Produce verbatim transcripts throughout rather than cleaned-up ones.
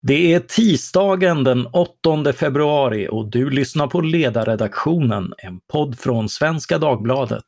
Det är tisdagen den åttonde februari och du lyssnar på Ledarredaktionen, en podd från Svenska Dagbladet.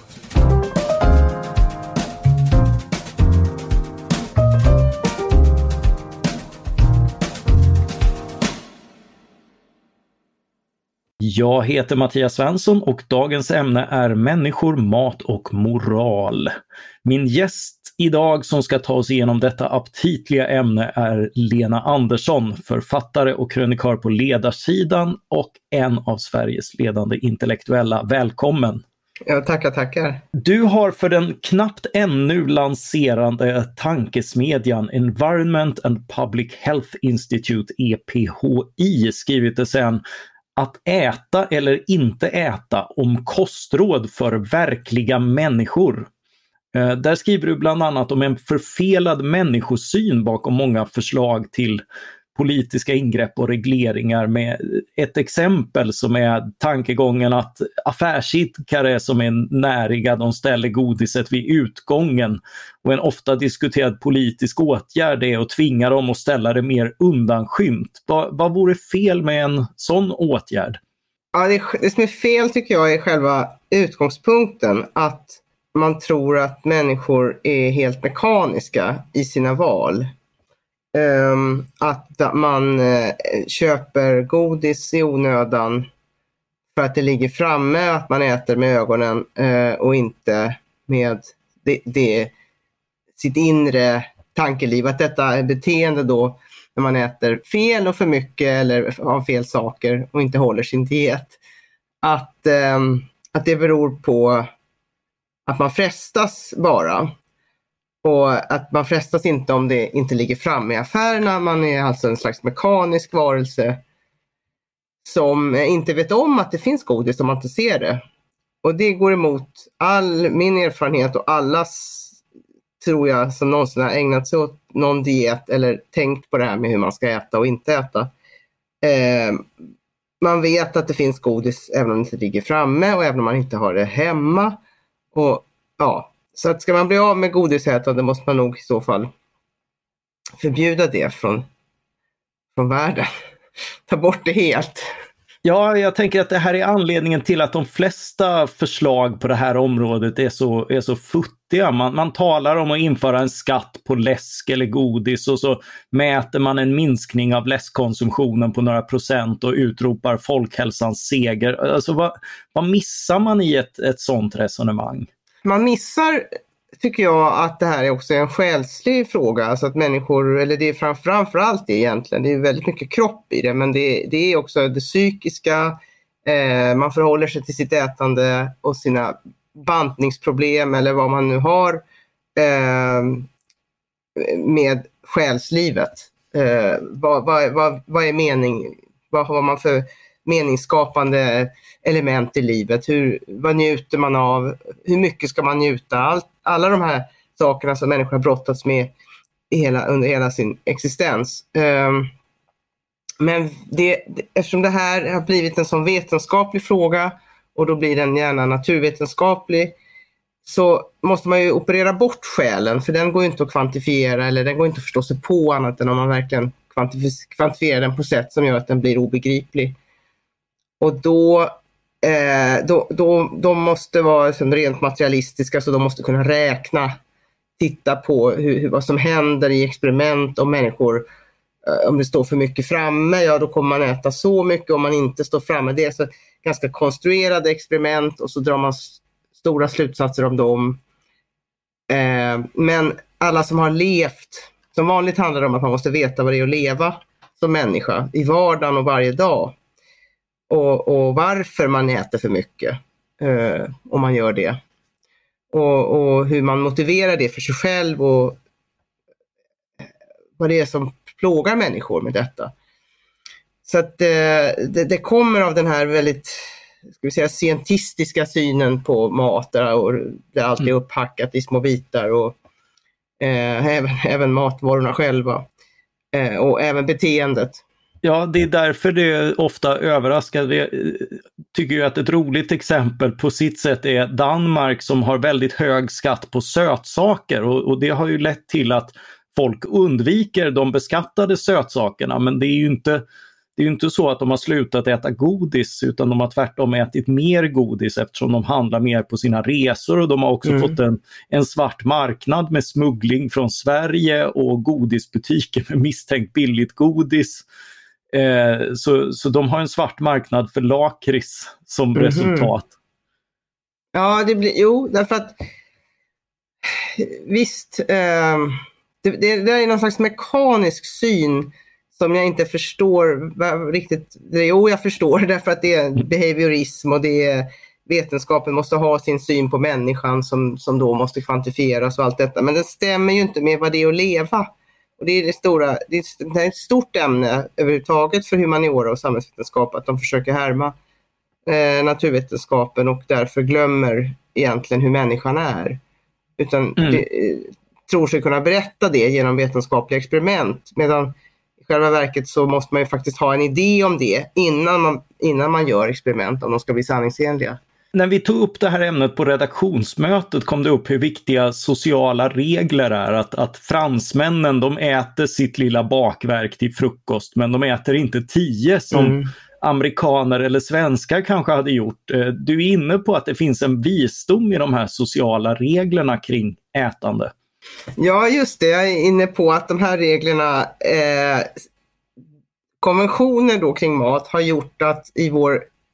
Jag heter Mattias Svensson och dagens ämne är människor, mat och moral. Min gäst idag som ska ta oss igenom detta aptitliga ämne är Lena Andersson, författare och krönikör på Ledarsidan och en av Sveriges ledande intellektuella. Välkommen! Ja, tackar, tackar. Du har för den knappt ännu lanserande tankesmedjan Environment and Public Health Institute, E P H I, skrivit det sen att äta eller inte äta om kostråd för verkliga människor. Eh, där skriver du bland annat om en förfelad människosyn bakom många förslag till politiska ingrepp och regleringar, med ett exempel som är tankegången att affärsidkare som är näriga, de ställer godiset vid utgången, och en ofta diskuterad politisk åtgärd är att tvinga dem att ställa det mer undanskymt. Vad, vad vore fel med en sån åtgärd? Ja, det, det som är fel tycker jag är själva utgångspunkten, att man tror att människor är helt mekaniska i sina val. Um, att man uh, köper godis i onödan för att det ligger framme, att man äter med ögonen uh, och inte med det, det, sitt inre tankeliv. Att detta är beteende då när man äter fel och för mycket eller har fel saker och inte håller sin diet. Att, um, att det beror på att man frestas bara. Och att man frestas inte om det inte ligger framme i affärerna. Man är alltså en slags mekanisk varelse som inte vet om att det finns godis om man inte ser det. Och det går emot all min erfarenhet och allas, tror jag, som någonsin har ägnat sig åt någon diet eller tänkt på det här med hur man ska äta och inte äta. Eh, man vet att det finns godis även om det inte ligger framme och även om man inte har det hemma. Och ja... Så att ska man bli av med godisätande måste man nog i så fall förbjuda det från, från världen. Ta bort det helt. Ja, jag tänker att det här är anledningen till att de flesta förslag på det här området är så, är så futtiga. Man, man talar om att införa en skatt på läsk eller godis och så mäter man en minskning av läskkonsumtionen på några procent och utropar folkhälsans seger. Alltså vad, vad missar man i ett, ett sånt resonemang? Man missar, tycker jag, att det här är också en själslig fråga. Alltså att människor, eller det är framför, framförallt det egentligen, det är väldigt mycket kropp i det. Men det, det är också det psykiska, eh, man förhåller sig till sitt ätande och sina bantningsproblem eller vad man nu har eh, med själslivet. Eh, vad, vad, vad, vad är mening, vad har man för meningsskapande element i livet, hur, vad njuter man av, hur mycket ska man njuta, All, alla de här sakerna som människor har brottats med i hela, under hela sin existens. Um, men det, eftersom det här har blivit en sån vetenskaplig fråga och då blir den gärna naturvetenskaplig, så måste man ju operera bort själen, för den går ju inte att kvantifiera eller den går inte att förstå sig på annat än om man verkligen kvantif- kvantifierar den på sätt som gör att den blir obegriplig. Och då, eh, då, då, de måste vara liksom rent materialistiska, så de måste kunna räkna, titta på hur, hur, vad som händer i experiment om människor, eh, om det står för mycket framme, ja då kommer man äta så mycket, om man inte står framme. Det är så ganska konstruerade experiment och så drar man s- stora slutsatser om dem. Eh, men alla som har levt, som vanligt handlar det om att man måste veta vad det är att leva som människa i vardagen och varje dag. Och, och varför man äter för mycket eh, om man gör det. Och, och hur man motiverar det för sig själv och vad det är som plågar människor med detta. Så att eh, det, det kommer av den här väldigt, ska vi säga, scientistiska synen på mat, där och det är alltid mm. upphackat i små bitar och eh, även, även matvarorna själva eh, och även beteendet. Ja, det är därför det ofta överraskar. Jag tycker ju att ett roligt exempel på sitt sätt är Danmark, som har väldigt hög skatt på sötsaker, och, och det har ju lett till att folk undviker de beskattade sötsakerna, men det är ju inte Det är ju inte så att de har slutat äta godis, utan de har tvärtom ätit mer godis eftersom de handlar mer på sina resor, och de har också mm. fått en, en svart marknad med smuggling från Sverige och godisbutiker med misstänkt billigt godis. Eh, så, så de har en svart marknad för lakrits som mm-hmm. resultat. Ja, det blir, jo, därför att visst, eh, det, det, det är någon slags mekanisk syn som jag inte förstår riktigt. Jo, jag förstår därför att det är behaviorism och det är, vetenskapen måste ha sin syn på människan som, som då måste kvantifieras och allt detta. Men det stämmer ju inte med vad det är att leva. Och det är det stora, det är, det är ett stort ämne överhuvudtaget för humaniora och samhällsvetenskap att de försöker härma eh, naturvetenskapen och därför glömmer egentligen hur människan är. Utan mm. det, tror sig kunna berätta det genom vetenskapliga experiment, medan i själva verket så måste man ju faktiskt ha en idé om det innan man, innan man gör experiment, om de ska bli sanningsenliga. När vi tog upp det här ämnet på redaktionsmötet kom det upp hur viktiga sociala regler är. Att, att fransmännen, de äter sitt lilla bakverk till frukost, men de äter inte tio som mm. amerikaner eller svenskar kanske hade gjort. Du är inne på att det finns en visdom i de här sociala reglerna kring ätande. Ja, just det. Jag är inne på att de här reglerna, eh, konventioner då kring mat har gjort att i vår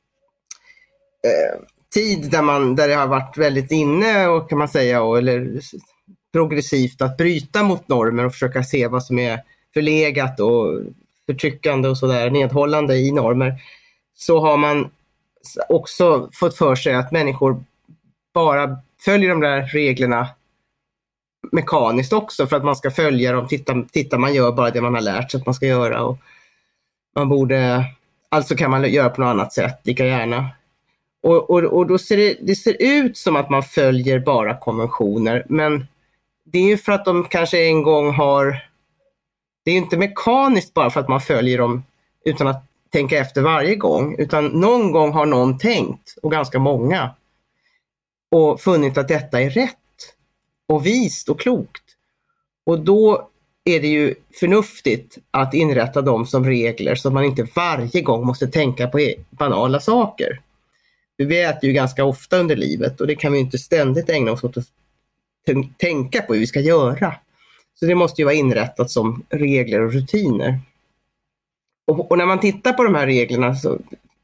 eh, tid där, man, där det har varit väldigt inne och kan man säga, och, eller progressivt att bryta mot normer och försöka se vad som är förlegat och förtryckande och sådär, nedhållande i normer, så har man också fått för sig att människor bara följer de där reglerna mekaniskt också för att man ska följa dem. Titta, titta man gör bara det man har lärt sig att man ska göra, och man borde, alltså kan man göra på något annat sätt lika gärna. Och, och, och då ser det, det ser ut som att man följer bara konventioner, men det är ju för att de kanske en gång har, det är inte mekaniskt bara för att man följer dem utan att tänka efter varje gång, utan någon gång har någon tänkt, och ganska många, och funnit att detta är rätt och vist och klokt. Och då är det ju förnuftigt att inrätta dem som regler så att man inte varje gång måste tänka på banala saker. Vi äter ju ganska ofta under livet och det kan vi inte ständigt ägna oss åt att t- tänka på hur vi ska göra. Så det måste ju vara inrättat som regler och rutiner. Och, och när man tittar på de här reglerna, så,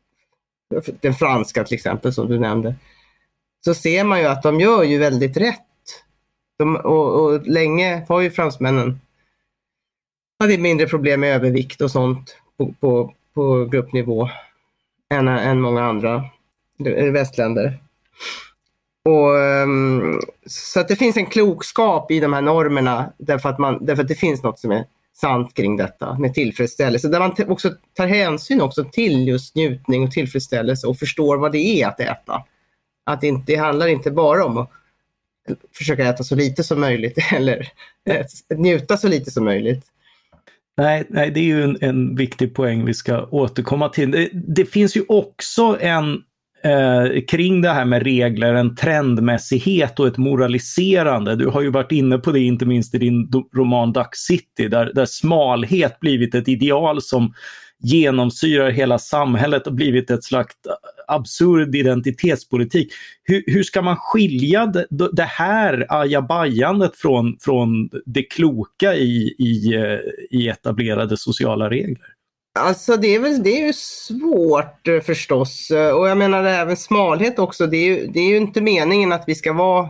den franska till exempel som du nämnde, så ser man ju att de gör ju väldigt rätt. De, och, och länge har ju fransmännen hade mindre problem med övervikt och sånt på, på, på gruppnivå än, än många andra västländer. Och, um, så att det finns en klokskap i de här normerna därför att, man, därför att det finns något som är sant kring detta med tillfredsställelse. Där man t- också tar hänsyn också till just njutning och tillfredsställelse och förstår vad det är att äta. Att det, inte, det handlar inte bara om att försöka äta så lite som möjligt eller äh, njuta så lite som möjligt. Nej, nej det är ju en, en viktig poäng vi ska återkomma till. Det, det finns ju också en eh, kring det här med regler, en trendmässighet och ett moraliserande. Du har ju varit inne på det inte minst i din do- roman Duck City, där, där smalhet blivit ett ideal som genomsyrar hela samhället och blivit ett slags absurd identitetspolitik. Hur, hur ska man skilja det, det här ajabajandet från, från det kloka i, i, i etablerade sociala regler? Alltså det är, väl, det är ju svårt förstås. Och jag menar även smalhet också. Det är ju, det är ju inte meningen att vi ska vara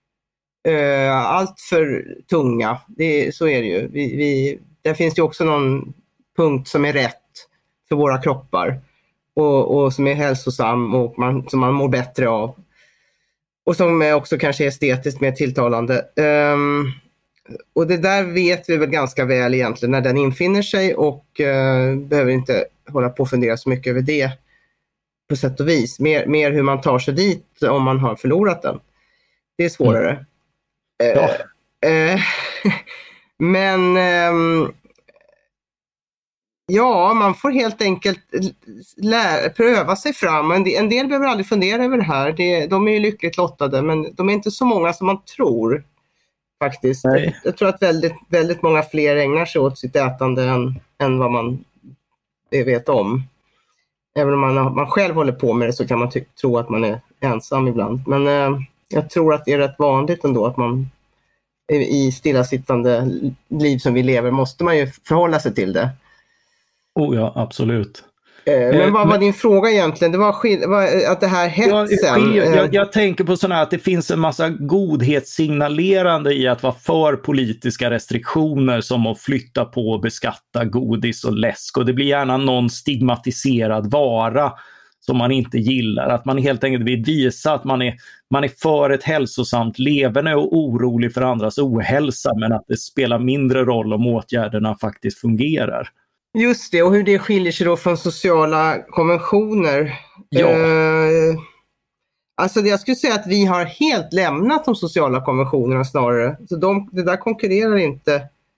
uh, allt för tunga. Det, så är det ju. Vi, vi, där finns det också någon punkt som är rätt för våra kroppar. Och, och som är hälsosam och man, som man mår bättre av. Och som är också kanske estetiskt mer tilltalande. Um, och det där vet vi väl ganska väl egentligen när den infinner sig. Och uh, behöver inte hålla på och fundera så mycket över det på sätt och vis. Mer, mer hur man tar sig dit om man har förlorat den. Det är svårare. Mm. Ja. Uh, uh, men... Um, Ja, man får helt enkelt lä- pröva sig fram. En del, en del behöver aldrig fundera över det här. Det, de är ju lyckligt lottade, men de är inte så många som man tror. faktiskt. Jag, jag tror att väldigt, väldigt många fler ägnar sig åt sitt ätande än, än vad man vet om. Även om man, man själv håller på med det så kan man ty- tro att man är ensam ibland. Men eh, jag tror att det är rätt vanligt ändå att man i stillasittande liv som vi lever måste man ju förhålla sig till det. Oh ja, absolut. Men vad var din fråga egentligen? Det var, skill- var att det här hetsen... Jag, jag, jag tänker på sådana här att det finns en massa godhetssignalerande i att vara för politiska restriktioner som att flytta på och beskatta godis och läsk. Och det blir gärna någon stigmatiserad vara som man inte gillar. Att man helt enkelt vill visa att man är, man är för ett hälsosamt leverne och orolig för andras ohälsa, men att det spelar mindre roll om åtgärderna faktiskt fungerar. Just det, och hur det skiljer sig då från sociala konventioner. Ja. Eh, alltså jag skulle säga att vi har helt lämnat de sociala konventionerna snarare. Så de, det där konkurrerar inte.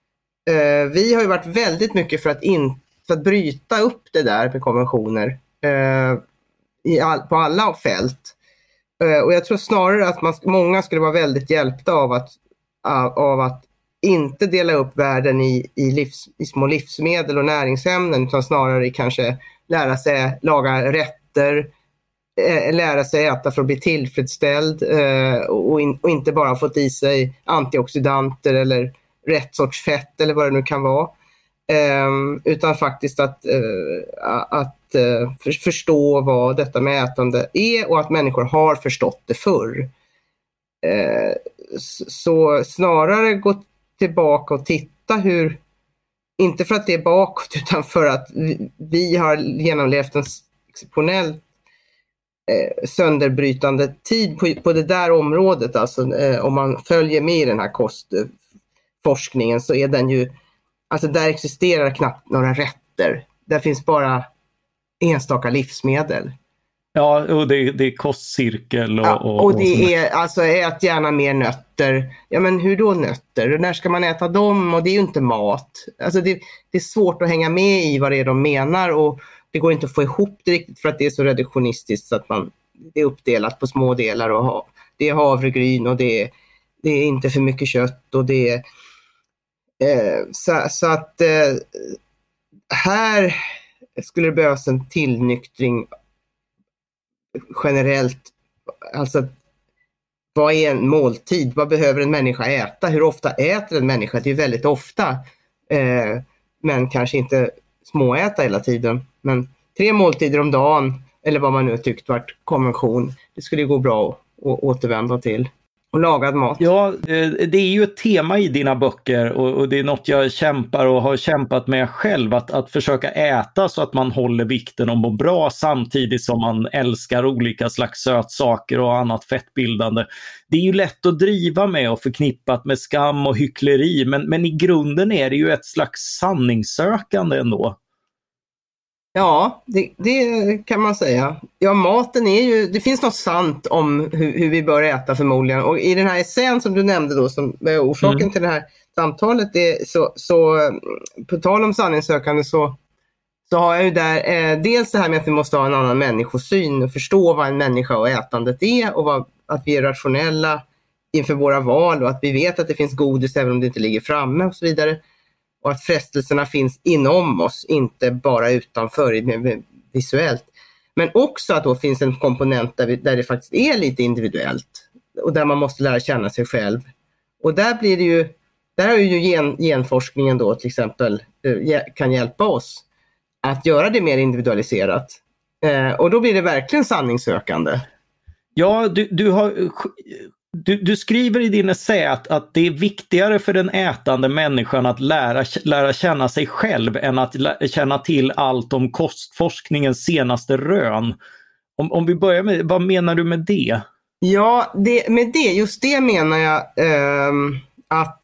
Eh, vi har ju varit väldigt mycket för att, in, för att bryta upp det där med konventioner. Eh, i all, på alla fält. Eh, och jag tror snarare att man, många skulle vara väldigt hjälpta av att, av, av att inte dela upp världen i, i, livs, i små livsmedel och näringsämnen, utan snarare kanske lära sig laga rätter, äh, lära sig äta för att bli tillfredsställd äh, och, in, och inte bara fått i sig antioxidanter eller rätt sorts fett eller vad det nu kan vara. Äh, utan faktiskt att, äh, att äh, för, förstå vad detta med ätande är och att människor har förstått det förr. Äh, så snarare gå tillbaka och titta hur, inte för att det är bakåt utan för att vi, vi har genomlevt en exceptionellt eh, sönderbrytande tid på, på det där området. Alltså eh, om man följer med i den här kostforskningen så är den ju, alltså där existerar knappt några rätter. Där finns bara enstaka livsmedel. Ja, och det, det är kostcirkel och, ja, och, och det och är alltså ät gärna mer nötter. Ja, men hur då nötter? När ska man äta dem? Och det är ju inte mat. Alltså det, det är svårt att hänga med i vad det är de menar och det går inte att få ihop det riktigt för att det är så reduktionistiskt så att man, det är uppdelat på små delar och ha, det är havregryn och det är, det är inte för mycket kött och det är eh, så, så att eh, här skulle det behövas en tillnyktring generellt, alltså vad är en måltid? Vad behöver en människa äta? Hur ofta äter en människa? Det är väldigt ofta, eh, men kanske inte småäta hela tiden. Men tre måltider om dagen, eller vad man nu tyckt varit konvention, det skulle gå bra att återvända till. Och lagad mat. Ja, det är ju ett tema i dina böcker och det är något jag kämpar och har kämpat med själv. Att, att försöka äta så att man håller vikten och mår bra samtidigt som man älskar olika slags sötsaker och annat fettbildande. Det är ju lätt att driva med och förknippat med skam och hyckleri, men, men i grunden är det ju ett slags sanningssökande ändå. Ja, det, det kan man säga. Ja, maten är ju, det finns något sant om hur, hur vi bör äta förmodligen. Och i den här essän som du nämnde då, som är orsaken mm. till det här samtalet, det, så, så på tal om sanningssökande så, så har jag ju där eh, dels det här med att vi måste ha en annan människosyn och förstå vad en människa och ätandet är och vad, att vi är rationella inför våra val och att vi vet att det finns godis även om det inte ligger framme och så vidare. Och att frestelserna finns inom oss, inte bara utanför visuellt. Men också att då finns en komponent där, vi, där det faktiskt är lite individuellt. Och där man måste lära känna sig själv. Och där blir det ju, där har ju gen, genforskningen då till exempel kan hjälpa oss att göra det mer individualiserat. Eh, och då blir det verkligen sanningssökande. Ja, du, du har... Du, du skriver i din essä att, att det är viktigare för den ätande människan att lära, lära känna sig själv än att lä, känna till allt om kostforskningens senaste rön. Om, om vi börjar med, vad menar du med det? Ja, det, med det, just det menar jag eh, att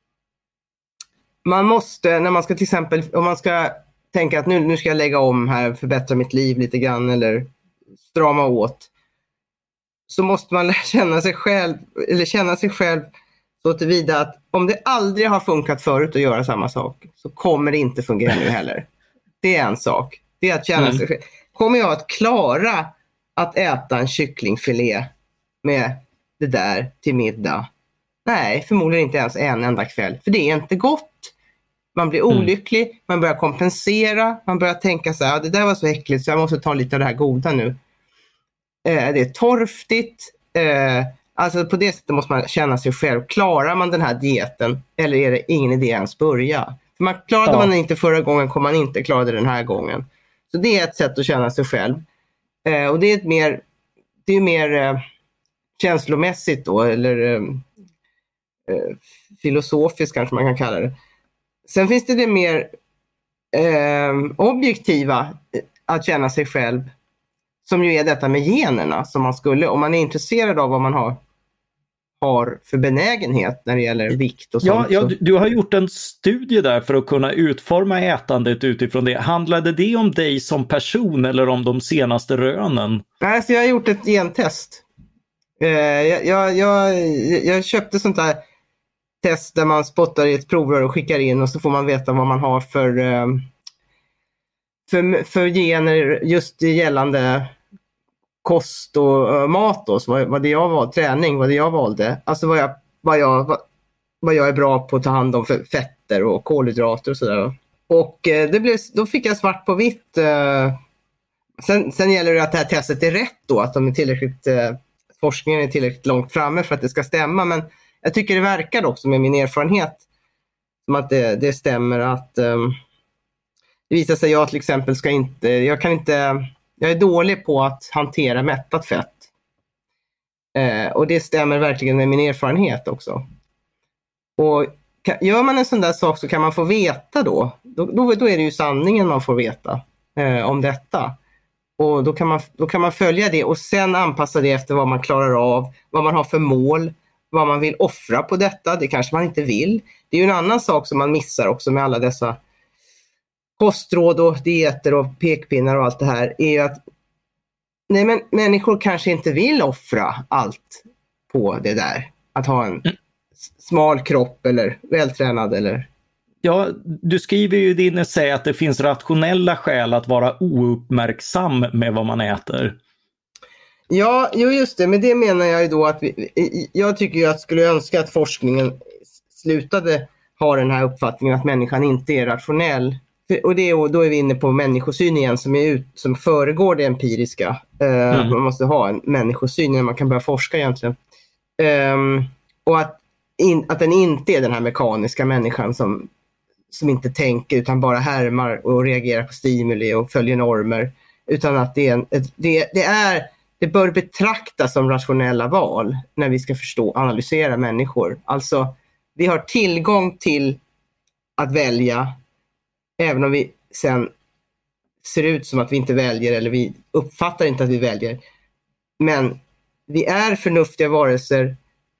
man måste, när man ska till exempel, om man ska tänka att nu, nu ska jag lägga om här, förbättra mitt liv lite grann eller strama åt. Så måste man känna sig själv eller känna sig själv så tillvida att om det aldrig har funkat förut att göra samma sak så kommer det inte fungera nu heller. Det är en sak. Det är att känna mm. sig själv. Kommer jag att klara att äta en kycklingfilé med det där till middag? Nej, förmodligen inte ens en enda kväll. För det är inte gott. Man blir olycklig, mm. man börjar kompensera, man börjar tänka så här, det där var så äckligt så jag måste ta lite av det här goda nu. Eh, det är torftigt. Eh, alltså på det sättet måste man känna sig själv. Klarar man den här dieten eller är det ingen idé ens börja? För man klarade ja. man inte förra gången kommer man inte klara det den här gången. Så det är ett sätt att känna sig själv. Eh, och det är ett mer, det är mer eh, känslomässigt då, eller eh, eh, filosofiskt kanske man kan kalla det. Sen finns det det mer eh, objektiva att känna sig själv, som ju är detta med generna som man skulle, om man är intresserad av vad man har, har för benägenhet när det gäller vikt och sånt. Ja, ja, du har gjort en studie där för att kunna utforma ätandet utifrån det. Handlade det om dig som person eller om de senaste rönen? Nej, så jag har gjort ett gentest. Eh, jag, jag, jag, jag köpte sånt där test där man spottar i ett provrör och skickar in och så får man veta vad man har för, eh, för, för gener just gällande kost och uh, mat då, så vad, vad det jag var, träning, vad det jag valde. Alltså vad jag, vad, jag, vad, vad jag är bra på att ta hand om för fetter och kolhydrater och sådär. Och eh, det blev, då fick jag svart på vitt. Eh, sen, sen gäller det att det här testet är rätt då, att de är tillräckligt, eh, forskningen är tillräckligt långt framme för att det ska stämma. Men jag tycker det verkar också med min erfarenhet som att det, det stämmer att eh, det visar sig jag till exempel ska inte, jag kan inte Jag är dålig på att hantera mättat fett. Eh, och det stämmer verkligen med min erfarenhet också. Och kan, gör man en sån där sak så kan man få veta då. Då, då, då är det ju sanningen man får veta eh, om detta. Och då kan, man, då kan man följa det och sen anpassa det efter vad man klarar av. Vad man har för mål. Vad man vill offra på detta. Det kanske man inte vill. Det är ju en annan sak som man missar också med alla dessa kostråd och dieter och pekpinnar och allt det här är ju att nej, men människor kanske inte vill offra allt på det där. Att ha en mm. smal kropp eller vältränad eller... Ja, du skriver ju i din essä att det finns rationella skäl att vara ouppmärksam med vad man äter. Ja, jo just det. Men det menar jag ju då att vi, jag tycker ju att skulle önska att forskningen slutade ha den här uppfattningen att människan inte är rationell. Och, det, och då är vi inne på människosyn igen som, är ut, som föregår det empiriska. Uh, mm. Man måste ha en människosyn när man kan börja forska egentligen. Um, och att, in, att den inte är den här mekaniska människan som, som inte tänker utan bara härmar och reagerar på stimuli och följer normer. Utan att det är, en, ett, det, det är det bör betraktas som rationella val när vi ska förstå analysera människor. Alltså vi har tillgång till att välja. Även om vi sen ser ut som att vi inte väljer eller vi uppfattar inte att vi väljer. Men vi är förnuftiga varelser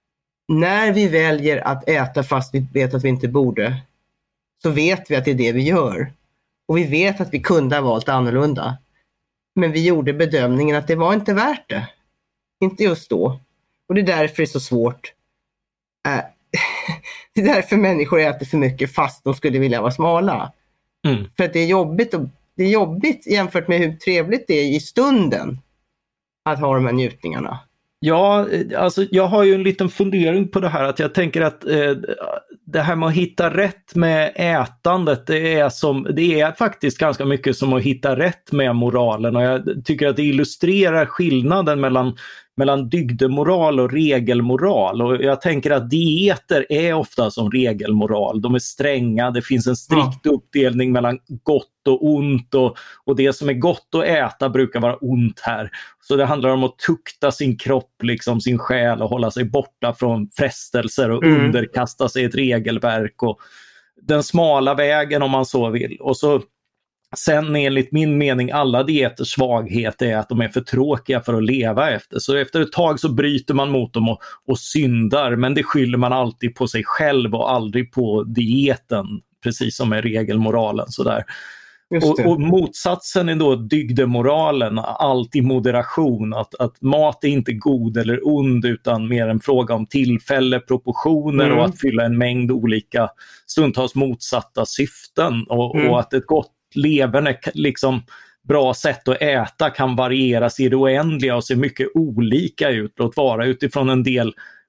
när vi väljer att äta fast vi vet att vi inte borde. Så vet vi att det är det vi gör. Och vi vet att vi kunde ha valt annorlunda. Men vi gjorde bedömningen att det var inte värt det. Inte just då. Och det är därför det är så svårt. Äh, det är därför människor äter för mycket fast de skulle vilja vara smala. Mm. För att det är jobbigt och, det är jobbigt jämfört med hur trevligt det är i stunden att ha de här njutningarna. Ja, alltså jag har ju en liten fundering på det här att jag tänker att eh, det här med att hitta rätt med ätandet det är, som, det är faktiskt ganska mycket som att hitta rätt med moralen och jag tycker att det illustrerar skillnaden mellan mellan dygdemoral och regelmoral och jag tänker att dieter är ofta som regelmoral. De är stränga, det finns en strikt ja. uppdelning mellan gott och ont och, och det som är gott att äta brukar vara ont här. Så det handlar om att tukta sin kropp, liksom sin själ och hålla sig borta från frestelser och mm. underkasta sig ett regelverk och den smala vägen om man så vill. Och så sen enligt min mening alla dieters svaghet är att de är för tråkiga för att leva efter. Så efter ett tag så bryter man mot dem och, och syndar. Men det skyller man alltid på sig själv och aldrig på dieten. Precis som med regelmoralen. Sådär. Och, och motsatsen är då dygdemoralen. Allt i moderation. Att, att mat är inte god eller ond utan mer en fråga om tillfälle, proportioner mm. och att fylla en mängd olika stundtals motsatta syften. Och, mm. och att ett gott leverne liksom bra sätt att äta kan varieras i det oändliga och se mycket olika ut. Låt vara utifrån en del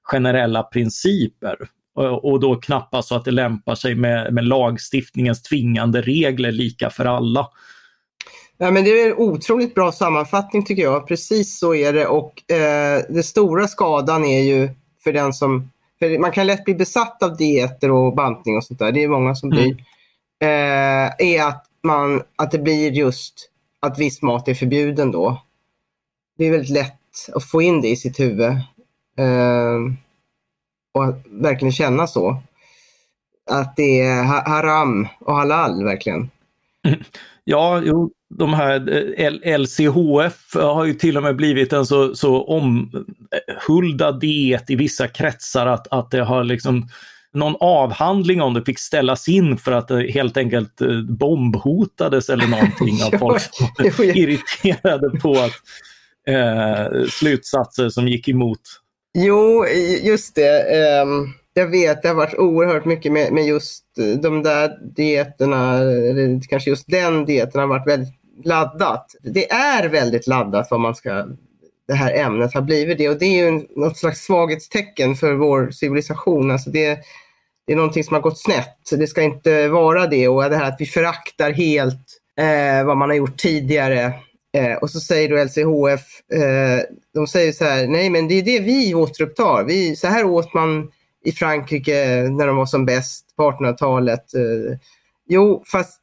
generella principer. Och då knappast så att det lämpar sig med, med lagstiftningens tvingande regler lika för alla. Ja, men det är en otroligt bra sammanfattning tycker jag. Precis så är det. Och eh, det stora skadan är ju för den som... För man kan lätt bli besatt av dieter och bantning och sånt där. Det är många som blir. Mm. Eh, är att, man, att det blir just att viss mat är förbjuden då. Det är väldigt lätt att få in det i sitt huvud. Eh, och verkligen känna så. Att det är haram och halal verkligen. Mm. Ja, jo, de här L C H F har ju till och med blivit en så, så omhuldad diet i vissa kretsar att, att det har liksom någon avhandling om det fick ställas in för att det helt enkelt bombhotades eller någonting av folk som var irriterade på att eh, slutsatser som gick emot. Jo, just det. Um... Jag vet, det har varit oerhört mycket med, med just de där dieterna, eller kanske just den dieten har varit väldigt laddat. Det är väldigt laddat vad man ska, det här ämnet har blivit det. Och det är ju en, något slags svaghetstecken för vår civilisation. Alltså det, det är någonting som har gått snett. Det ska inte vara det. Och det här att vi föraktar helt eh, vad man har gjort tidigare. Eh, och så säger då L C H F, eh, de säger så här, nej men det är det vi återupptar. Vi, så här åt man i Frankrike när de var som bäst på artonhundratalet. Eh, jo, fast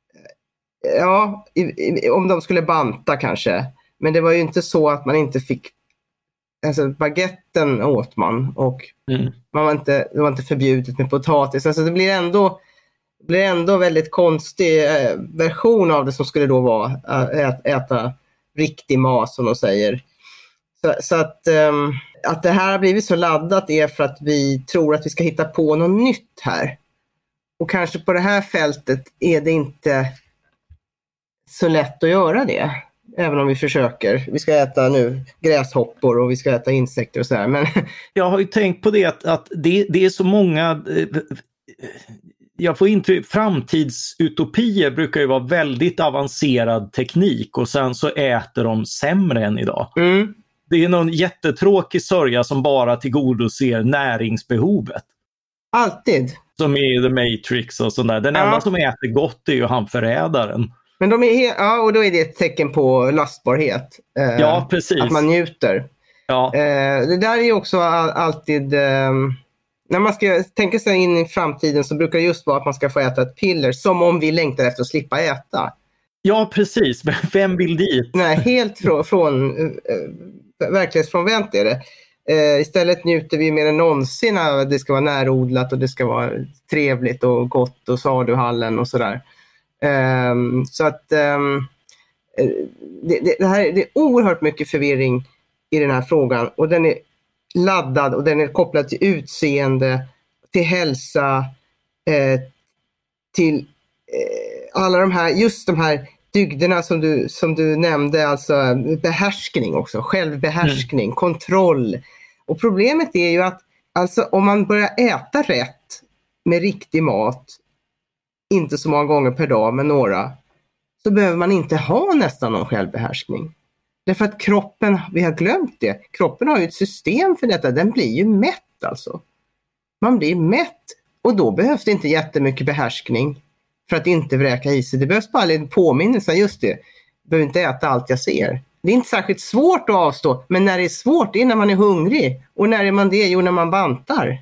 ja, i, i, om de skulle banta kanske. Men det var ju inte så att man inte fick, alltså baguetten åt man och mm. man var inte, det var inte förbjudet med potatis. Alltså det blir ändå, blir ändå väldigt konstig eh, version av det som skulle då vara att ät, äta riktig mat som de säger. Så, så att, um, att det här har blivit så laddat är för att vi tror att vi ska hitta på något nytt här. Och kanske på det här fältet är det inte så lätt att göra det. Även om vi försöker. Vi ska äta nu gräshoppor och vi ska äta insekter och sådär. Men... Jag har ju tänkt på det att, att det, det är så många... Jag får intryck, framtidsutopier brukar ju vara väldigt avancerad teknik och sen så äter de sämre än idag. Mm. Det är någon jättetråkig sörja som bara tillgodoser näringsbehovet. Alltid. Som är The Matrix och sådär. Den ja. enda som äter gott är ju han förrädaren. Men de är he- ja, och då är det ett tecken på lastbarhet. Eh, ja, precis. Att man njuter. Ja. Eh, det där är ju också all- alltid... Eh, när man ska tänka sig in i framtiden så brukar det just vara att man ska få äta ett piller. Som om vi längtar efter att slippa äta. Ja, precis. Men vem vill dit? Nej, helt från... från eh, verklighetsfrånvänt är det. Eh, istället njuter vi mer än någonsin av att det ska vara närodlat och det ska vara trevligt och gott och saluhallen och sådär. Eh, så att eh, det, det, det här det är oerhört mycket förvirring i den här frågan och den är laddad och den är kopplad till utseende, till hälsa, eh, till eh, alla de här, just de här dygderna som du, som du nämnde, alltså behärskning också, självbehärskning, mm. kontroll. Och problemet är ju att alltså, om man börjar äta rätt med riktig mat, inte så många gånger per dag men några, så behöver man inte ha nästan någon självbehärskning. Därför att kroppen, vi har glömt det, kroppen har ju ett system för detta, den blir ju mätt alltså. Man blir mätt och då behövs det inte jättemycket behärskning för att inte vräka i sig. Det behövs bara en påminnelse, just det. Jag behöver inte äta allt jag ser. Det är inte särskilt svårt att avstå, men när det är svårt det är när man är hungrig. Och när är man det? Jo, när man bantar.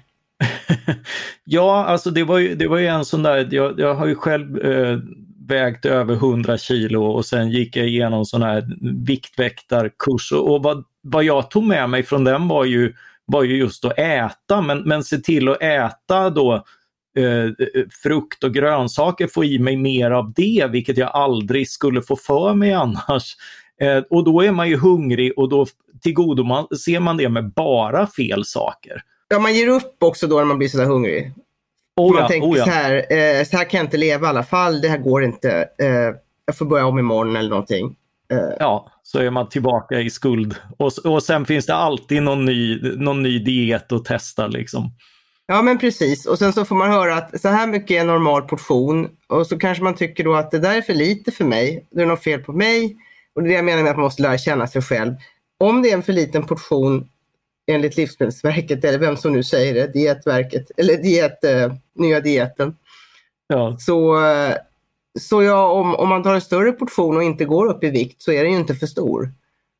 Ja, alltså det var ju, det var ju en sån där, jag, jag har ju själv eh, vägt över hundra kilo och sen gick jag igenom sån här viktväktarkurs och, och vad, vad jag tog med mig från den var ju, var ju just att äta, men, men se till att äta då Eh, frukt och grönsaker, få i mig mer av det, vilket jag aldrig skulle få för mig annars. Eh, och då är man ju hungrig och då tillgodo man, ser man det med bara fel saker. Ja, man ger upp också då när man blir så där hungrig. Oh ja, man tänker oh ja. så här, eh, så här kan jag inte leva i alla fall, det här går inte. Eh, jag får börja om imorgon eller någonting. Eh. Ja, så är man tillbaka i skuld. Och, och sen finns det alltid någon ny, någon ny diet att testa liksom. Ja, men precis. Och sen så får man höra att så här mycket är en normal portion. Och så kanske man tycker då att det där är för lite för mig. Det är något fel på mig. Och det är det jag menar med att man måste lära känna sig själv. Om det är en för liten portion, enligt Livsmedelsverket, eller vem som nu säger det, dietverket, eller diet, eh, nya dieten. Ja. Så, eh, så ja, om, om man tar en större portion och inte går upp i vikt så är den ju inte för stor.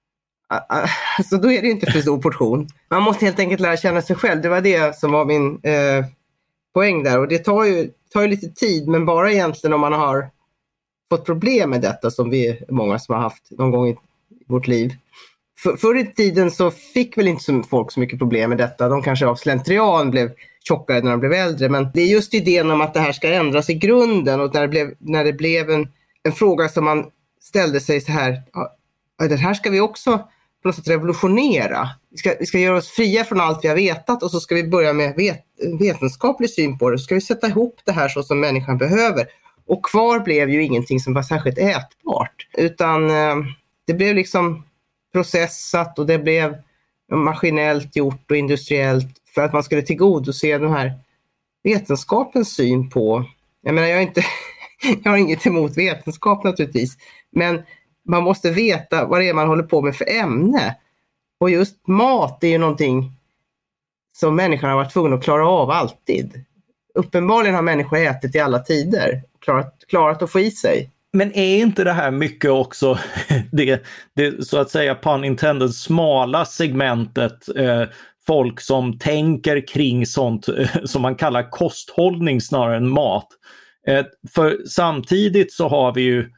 Så då är det inte för stor portion. Man måste helt enkelt lära känna sig själv. Det var det som var min eh, poäng där. Och det tar ju, tar ju lite tid, men bara egentligen om man har fått problem med detta, som vi är många som har haft någon gång i vårt liv. För, förr i tiden så fick väl inte så folk så mycket problem med detta. De kanske av slentrian blev tjockare när de blev äldre. Men det är just idén om att det här ska ändras i grunden. Och när det blev, när det blev en, en fråga som man ställde sig så här. Ja, det här ska vi också på något sätt revolutionera. Vi ska, vi ska göra oss fria från allt vi har vetat. Och så ska vi börja med vet, vetenskaplig syn på det. Så ska vi sätta ihop det här så som människan behöver. Och kvar blev ju ingenting som var särskilt ätbart. Utan eh, det blev liksom processat och det blev maskinellt gjort och industriellt för att man skulle tillgodose den här vetenskapens syn på. Jag menar, jag är inte jag har inget emot vetenskap naturligtvis, men man måste veta vad det är man håller på med för ämne. Och just mat är ju någonting som människan har varit tvungen att klara av alltid. Uppenbarligen har människor ätit i alla tider, klarat, klarat att få i sig. Men är inte det här mycket också det, det så att säga pun intended smala segmentet, eh, folk som tänker kring sånt eh, som man kallar kosthållning snarare än mat. Eh, för samtidigt så har vi ju,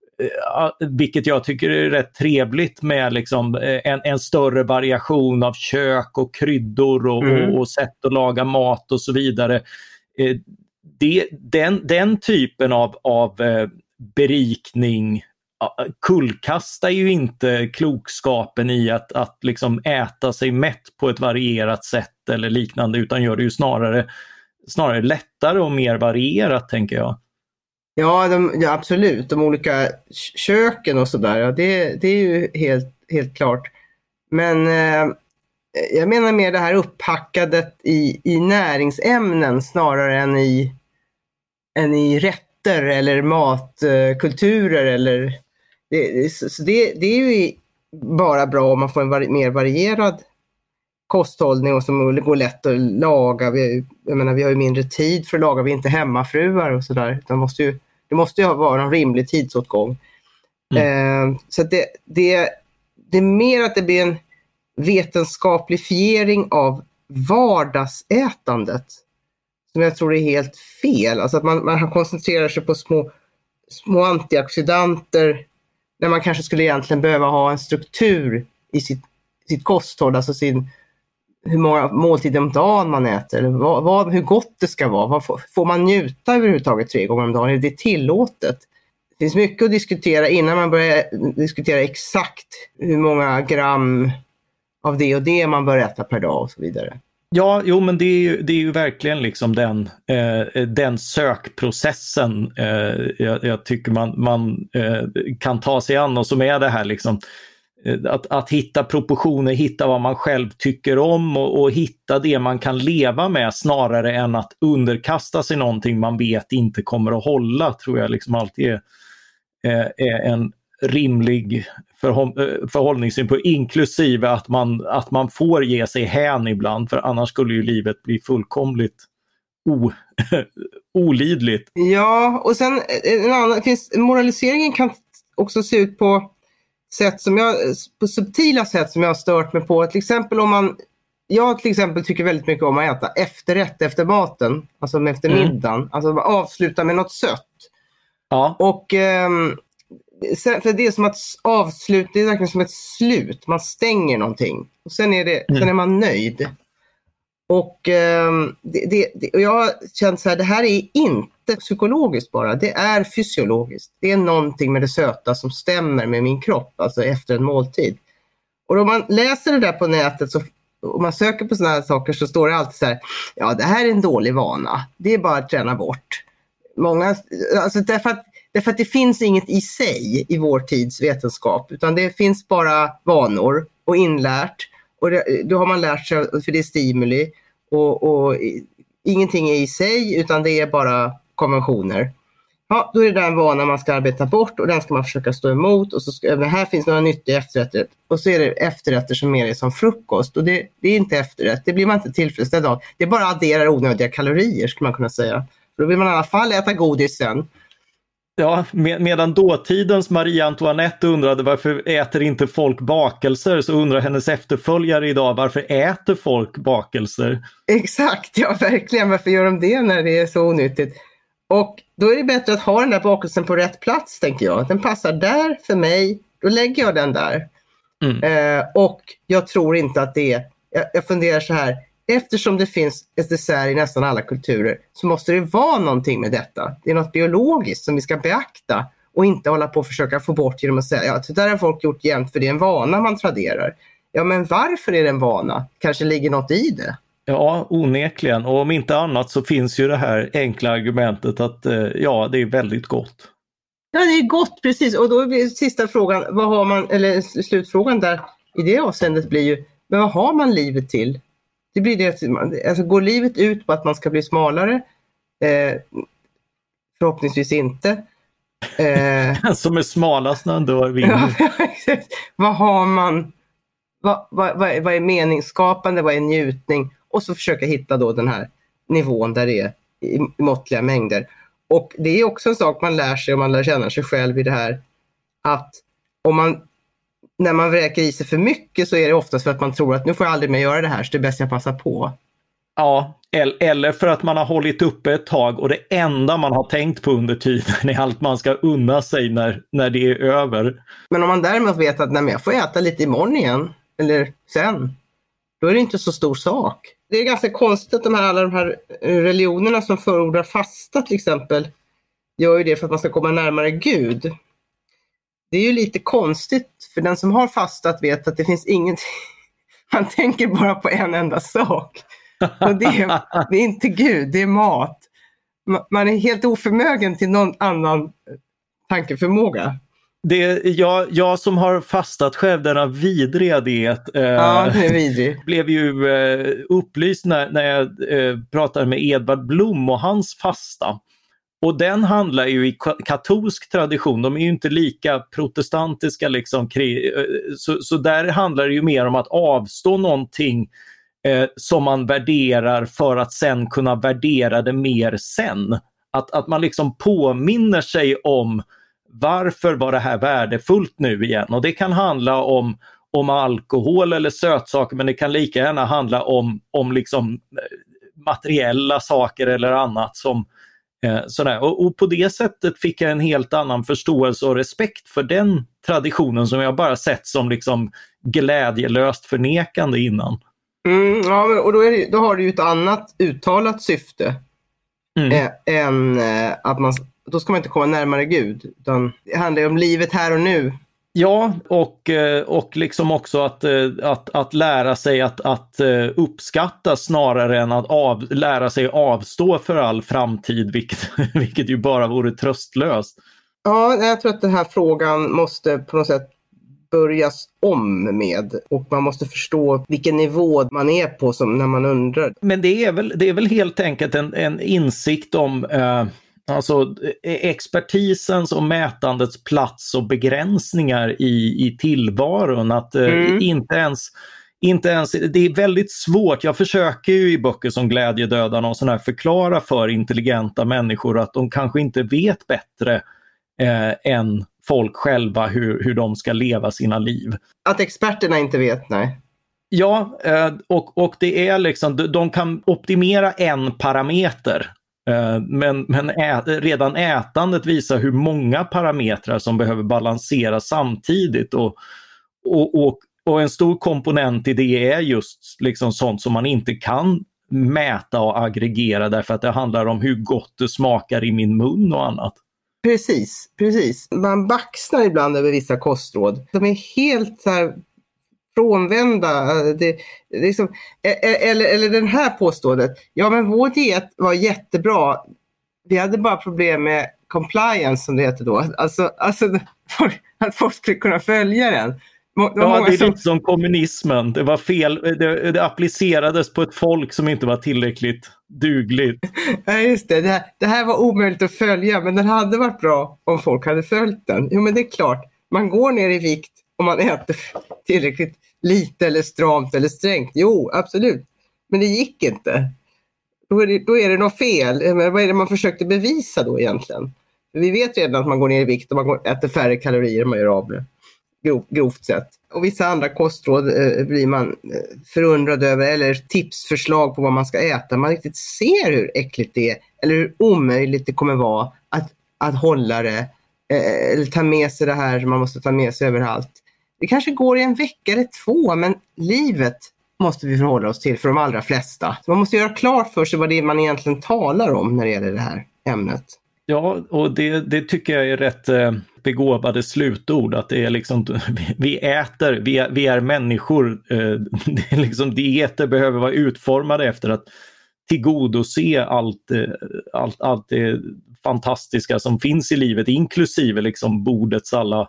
eh, vilket jag tycker är rätt trevligt med liksom, eh, en, en större variation av kök och kryddor och, mm. och, och sätt att laga mat och så vidare. Eh, det, den, den typen av, av eh, berikning kullkastar ju inte klokskapen i att, att liksom äta sig mätt på ett varierat sätt eller liknande, utan gör det ju snarare, snarare lättare och mer varierat, tänker jag. Ja, de, ja absolut. De olika köken och sådär, ja, det, det är ju helt, helt klart. Men eh, jag menar mer det här upphackadet i, i näringsämnen snarare än i, än i rätt eller matkulturer eller det, så det, det är ju bara bra om man får en vari, mer varierad kosthållning och som går lätt att laga. Vi, jag menar, vi har ju mindre tid för att laga, vi är inte hemmafruar och sådär, utan måste ju, det måste ju vara en rimlig tidsåtgång. Mm. Eh, så det, det, det är mer att det blir en vetenskaplifiering av vardagsätandet som jag tror är helt fel. Alltså att man, man koncentrerar sig på små, små antioxidanter när man kanske skulle egentligen behöva ha en struktur i sitt, sitt kosthåll. Alltså sin, hur många måltider om dagen man äter. Eller vad, vad, hur gott det ska vara. Vad får, får man njuta överhuvudtaget tre gånger om dagen? Är det tillåtet? Det finns mycket att diskutera innan man börjar diskutera exakt hur många gram av det och det man bör äta per dag och så vidare. Ja, jo, men det är ju, det är ju verkligen liksom den, eh, den sökprocessen eh, jag, jag tycker man, man eh, kan ta sig an, och som är det här liksom, eh, att, att hitta proportioner, hitta vad man själv tycker om och, och hitta det man kan leva med snarare än att underkasta sig någonting man vet inte kommer att hålla, tror jag liksom alltid är, eh, är en rimlig förhåll- förhållningssynpunkt, inklusive att man, att man får ge sig hän ibland, för annars skulle ju livet bli fullkomligt o, olidligt. Ja, och sen en annan, finns, moraliseringen kan också se ut på sätt som jag, på subtila sätt som jag har stört mig på. Till exempel om man, jag till exempel tycker väldigt mycket om att äta efterrätt efter maten, alltså efter mm. middagen, alltså avsluta med något sött. Ja. Och ehm, för det är som att avslut, det är verkligen som ett slut. Man stänger någonting och sen är, det, mm. sen är man nöjd. Och, eh, det, det, det, och jag har känt så här, det här är inte psykologiskt bara, det är fysiologiskt. Det är någonting med det söta som stämmer med min kropp, alltså efter en måltid. Och om man läser det där på nätet, så om man söker på sådana här saker, så står det alltid så här, ja, det här är en dålig vana, det är bara att träna bort. Många, alltså därför att Därför att det finns inget i sig i vår tids vetenskap, utan det finns bara vanor och inlärt. Och det, då har man lärt sig, för det är stimuli. Och, och ingenting är i sig, utan det är bara konventioner. ja, då är det den vana man ska arbeta bort och den ska man försöka stå emot. Och så ska, det här finns några nyttiga efterrätter. Och så är det efterrätter som mer är som frukost. Och det, det är inte efterrätt, det blir man inte tillfredsställd av. Det bara adderar onödiga kalorier, skulle man kunna säga. För då vill man i alla fall äta godis sen. Ja, med, medan dåtidens Marie Antoinette undrade varför äter inte folk bakelser, så undrar hennes efterföljare idag varför äter folk bakelser. Exakt, ja verkligen. Varför gör de det när det är så onyttigt? Och då är det bättre att ha den där bakelsen på rätt plats, tänker jag. Den passar där för mig, då lägger jag den där. Mm. Eh, och jag tror inte att det är, jag, jag funderar så här, eftersom det finns ett dessert i nästan alla kulturer så måste det vara någonting med detta. Det är något biologiskt som vi ska beakta och inte hålla på att försöka få bort genom att säga, ja, det där har folk gjort jämt för det är en vana man traderar. Ja, men varför är det en vana? Kanske ligger något i det. Ja, onekligen. Och om inte annat så finns ju det här enkla argumentet att ja, det är väldigt gott. Ja, det är gott, precis. Och då blir sista frågan, vad har man, eller slutfrågan där i det avseendet blir ju, men vad har man livet till? Det blir det, alltså går livet ut på att man ska bli smalare? Eh, förhoppningsvis inte. Eh, Som är smalast när han dör vinner. Ja, vad har man? Vad, vad, vad, är, vad är meningsskapande? Vad är njutning? Och så försöka hitta då den här nivån där det är i, i måttliga mängder. Och det är också en sak man lär sig om man lär känna sig själv i det här. Att om man, när man vräker i sig för mycket så är det oftast för att man tror att nu får jag aldrig mer göra det här så det är bäst jag passar på. Ja, eller för att man har hållit uppe ett tag och det enda man har tänkt på under tiden är allt man ska unna sig när, när det är över. Men om man däremot vet att nej, jag får äta lite imorgon igen eller sen, då är det inte så stor sak. Det är ganska konstigt att de här, alla de här religionerna som förordar fasta till exempel gör ju det för att man ska komma närmare Gud. Det är ju lite konstigt, för den som har fastat vet att det finns ingenting, man tänker bara på en enda sak. Och det är, det är inte Gud, det är mat. Man är helt oförmögen till någon annan tankeförmåga. Det, jag, jag som har fastat själv denna vidriga diet eh, ja, det är vidrig. blev ju eh, upplyst när, när jag eh, pratade med Edvard Blom och hans fasta. Och den handlar ju i katolsk tradition, de är ju inte lika protestantiska liksom, så, så där handlar det ju mer om att avstå någonting eh, som man värderar för att sen kunna värdera det mer sen. Att, att man liksom påminner sig om varför var det här värdefullt nu igen? Och det kan handla om, om alkohol eller sötsaker, men det kan lika gärna handla om, om liksom materiella saker eller annat som eh, sådär. Och, och på det sättet fick jag en helt annan förståelse och respekt för den traditionen som jag bara sett som liksom glädjelöst förnekande innan. Mm, ja, och då, är det, då har du ju ett annat uttalat syfte mm. eh, än eh, att man då ska man inte komma närmare Gud, utan det handlar ju om livet här och nu. Ja, och, och liksom också att, att, att lära sig att, att uppskatta snarare än att av, lära sig avstå för all framtid, vilket, vilket ju bara vore tröstlöst. Ja, jag tror att den här frågan måste på något sätt börjas om med, och man måste förstå vilken nivå man är på som när man undrar. Men det är väl, det är väl helt enkelt en, en insikt om eh, alltså expertisens och mätandets plats och begränsningar i, i tillvaron. Att mm. eh, inte ens inte ens, det är väldigt svårt. Jag försöker ju i böcker som Glädjedödarna och sådär här förklara för intelligenta människor att de kanske inte vet bättre eh, än folk själva hur, hur de ska leva sina liv. Att experterna inte vet, nej. Ja, eh, och, och det är liksom, de kan optimera en parameter. Men, men ä, redan ätandet visar hur många parametrar som behöver balanseras samtidigt och, och, och, och en stor komponent i det är just liksom sånt som man inte kan mäta och aggregera därför att det handlar om hur gott det smakar i min mun och annat. Precis, precis. Man baxnar ibland över vissa kostråd. De är helt så här frånvända. Det, det är liksom, eller, eller den här påståendet. Ja, men vår diet var jättebra. Vi hade bara problem med compliance som det heter då. Alltså, alltså att folk skulle kunna följa den. Må, det ja, många det är som... lite som kommunismen. Det var fel. Det, det applicerades på ett folk som inte var tillräckligt dugligt. Ja, just det. Det här, det här var omöjligt att följa, men den hade varit bra om folk hade följt den. Jo, men det är klart. Man går ner i vikt om man äter tillräckligt lite eller stramt eller strängt. Jo, absolut. Men det gick inte. Då är det, då är det något fel. Men vad är det man försökte bevisa då egentligen? För vi vet redan att man går ner i vikt och man går, äter färre kalorier än man gör av det. Grov, grovt sett. Och vissa andra kostråd eh, blir man eh, förundrad över, eller tipsförslag på vad man ska äta. Man riktigt ser hur äckligt det är eller hur omöjligt det kommer vara att, att hålla det eh, eller ta med sig det här som man måste ta med sig överallt. Det kanske går i en vecka eller två, men livet måste vi förhålla oss till för de allra flesta. Så man måste göra klart för sig vad det är man egentligen talar om när det gäller det här ämnet. Ja, och det, det tycker jag är rätt eh, begåvade slutord, att det är liksom, vi äter, vi är, vi är människor, eh, det är liksom, dieter behöver vara utformade efter att tillgodose allt, eh, allt, allt det fantastiska som finns i livet, inklusive liksom bordets alla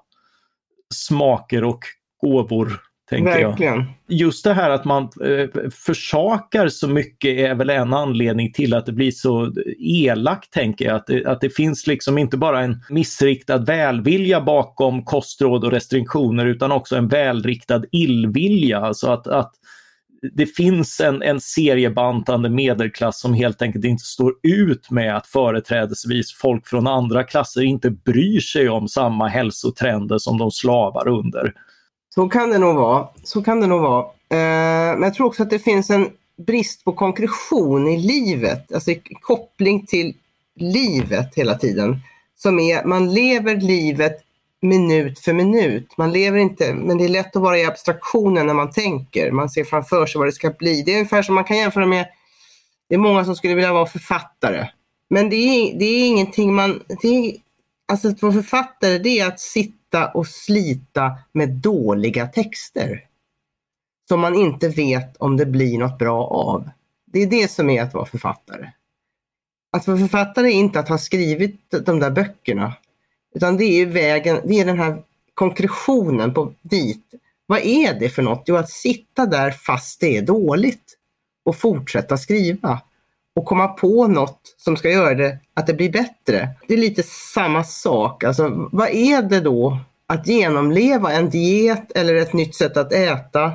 smaker och gåvor. Verkligen. Jag. Just det här att man eh, försakar så mycket är väl en anledning till att det blir så elakt, tänker jag. Att det, att det finns liksom inte bara en missriktad välvilja bakom kostråd och restriktioner, utan också en välriktad illvilja. Alltså att, att det finns en, en seriebantande medelklass som helt enkelt inte står ut med att företrädesvis folk från andra klasser inte bryr sig om samma hälsotrender som de slavar under. Så kan det nog vara. Så kan det nog vara. Eh, men jag tror också att det finns en brist på konkretion i livet. Alltså i koppling till livet hela tiden. Som är, man lever livet minut för minut. Man lever inte, men det är lätt att vara i abstraktionen när man tänker. Man ser framför sig vad det ska bli. Det är ungefär som man kan jämföra med, det är många som skulle vilja vara författare. Men det är, det är ingenting man, det är, alltså att vara författare, det är att sitta och slita med dåliga texter som man inte vet om det blir något bra av. Det är det som är att vara författare. Att vara författare är inte att ha skrivit de där böckerna, utan det är vägen, det är den här konkretionen på dit. Vad är det för något? Jo, att sitta där fast det är dåligt och fortsätta skriva och komma på något som ska göra det, att det blir bättre. Det är lite samma sak. Alltså, vad är det då att genomleva en diet eller ett nytt sätt att äta?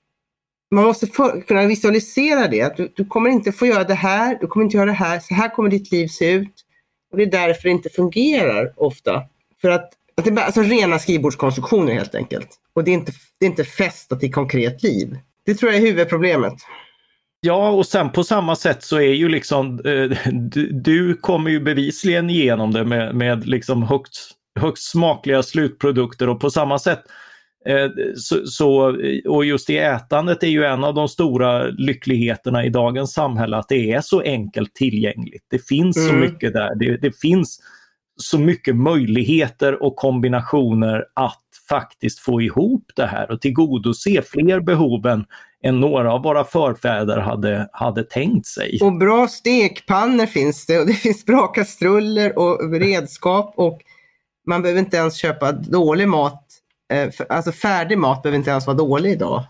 Man måste för, kunna visualisera det. Att du, du kommer inte få göra det här, du kommer inte göra det här, så här kommer ditt liv se ut. Och det är därför det inte fungerar ofta. För att, att det är alltså rena skrivbordskonstruktioner helt enkelt. Och det är inte, det är inte fästat i konkret liv. Det tror jag är huvudproblemet. Ja, och sen på samma sätt så är ju liksom, eh, du, du kommer ju bevisligen igenom det med, med liksom högt, högst smakliga slutprodukter, och på samma sätt eh, så, så, och just i ätandet är ju en av de stora lyckligheterna i dagens samhälle, att det är så enkelt tillgängligt. Det finns mm. så mycket där, det, det finns så mycket möjligheter och kombinationer att faktiskt få ihop det här och tillgodose fler behoven än några av våra förfäder hade, hade tänkt sig. Och bra stekpannor finns det, och det finns bra kastruller och redskap, och man behöver inte ens köpa dålig mat. Alltså färdig mat behöver inte ens vara dålig idag.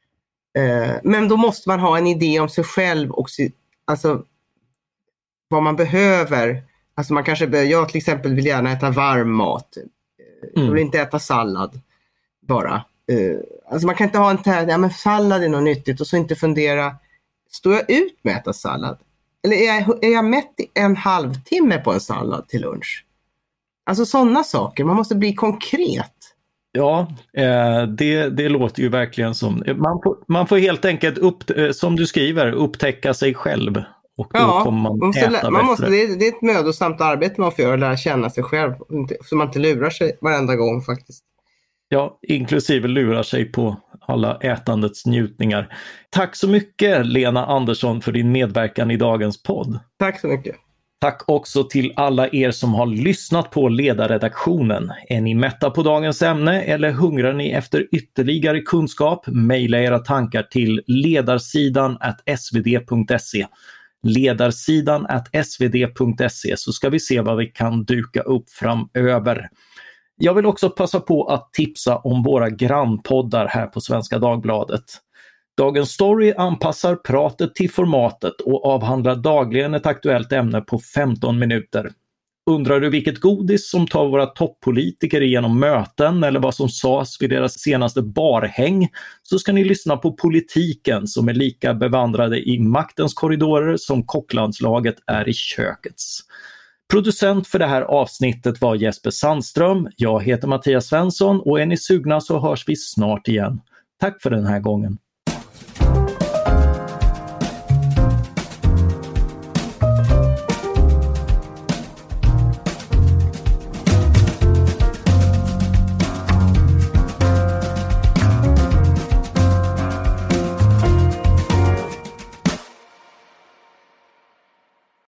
Men då måste man ha en idé om sig själv och alltså vad man behöver. Alltså man kanske, jag till exempel vill gärna äta varm mat. Jag vill inte äta sallad bara. Uh, alltså man kan inte ha en tävling, ja men sallad är något nyttigt, och så inte fundera, står jag ut med att äta sallad? Eller är jag, är jag mätt i en halvtimme på en sallad till lunch? Alltså sådana saker, man måste bli konkret. Ja, eh, det, det låter ju verkligen som, man får, man får helt enkelt upp, eh, som du skriver, upptäcka sig själv. Och då ja, kommer man, man måste, äta man måste, det, är, det är ett mödosamt arbete man får göra, lära känna sig själv, så man inte lurar sig varenda gång faktiskt. Ja, inklusive lurar sig på alla ätandets njutningar. Tack så mycket Lena Andersson för din medverkan i dagens podd. Tack så mycket. Tack också till alla er som har lyssnat på Ledarredaktionen. Är ni mätta på dagens ämne eller hungrar ni efter ytterligare kunskap? Maila era tankar till ledarsidan at svd punkt se. Ledarsidan at svd punkt se, så ska vi se vad vi kan duka upp framöver. Jag vill också passa på att tipsa om våra grannpoddar här på Svenska Dagbladet. Dagens Story anpassar pratet till formatet och avhandlar dagligen ett aktuellt ämne på femton minuter. Undrar du vilket godis som tar våra toppolitiker igenom möten eller vad som sades vid deras senaste barhäng, så ska ni lyssna på Politiken som är lika bevandrade i maktens korridorer som kocklandslaget är i kökets. Producent för det här avsnittet var Jesper Sandström. Jag heter Mattias Svensson och är ni sugna så hörs vi snart igen. Tack för den här gången.